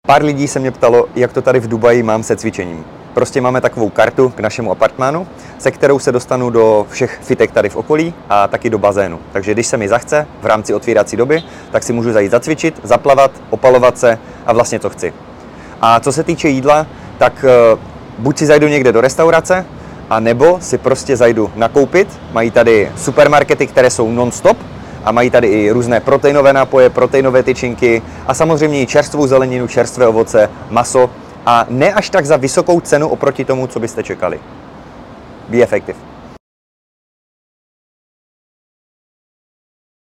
Pár lidí se mě ptalo, jak to tady v Dubaji mám se cvičením. Prostě máme takovou kartu k našemu apartmánu, se kterou se dostanu do všech fitek tady v okolí a taky do bazénu. Takže když se mi zachce v rámci otvírací doby, tak si můžu zajít zacvičit, zaplavat, opalovat se a vlastně co chci. A co se týče jídla, tak buď si zajdu někde do restaurace, a nebo si prostě zajdu nakoupit. Mají tady supermarkety, které jsou non-stop a mají tady i různé proteinové nápoje, proteinové tyčinky a samozřejmě i čerstvou zeleninu, čerstvé ovoce, maso a ne až tak za vysokou cenu oproti tomu, co byste čekali. Be effective.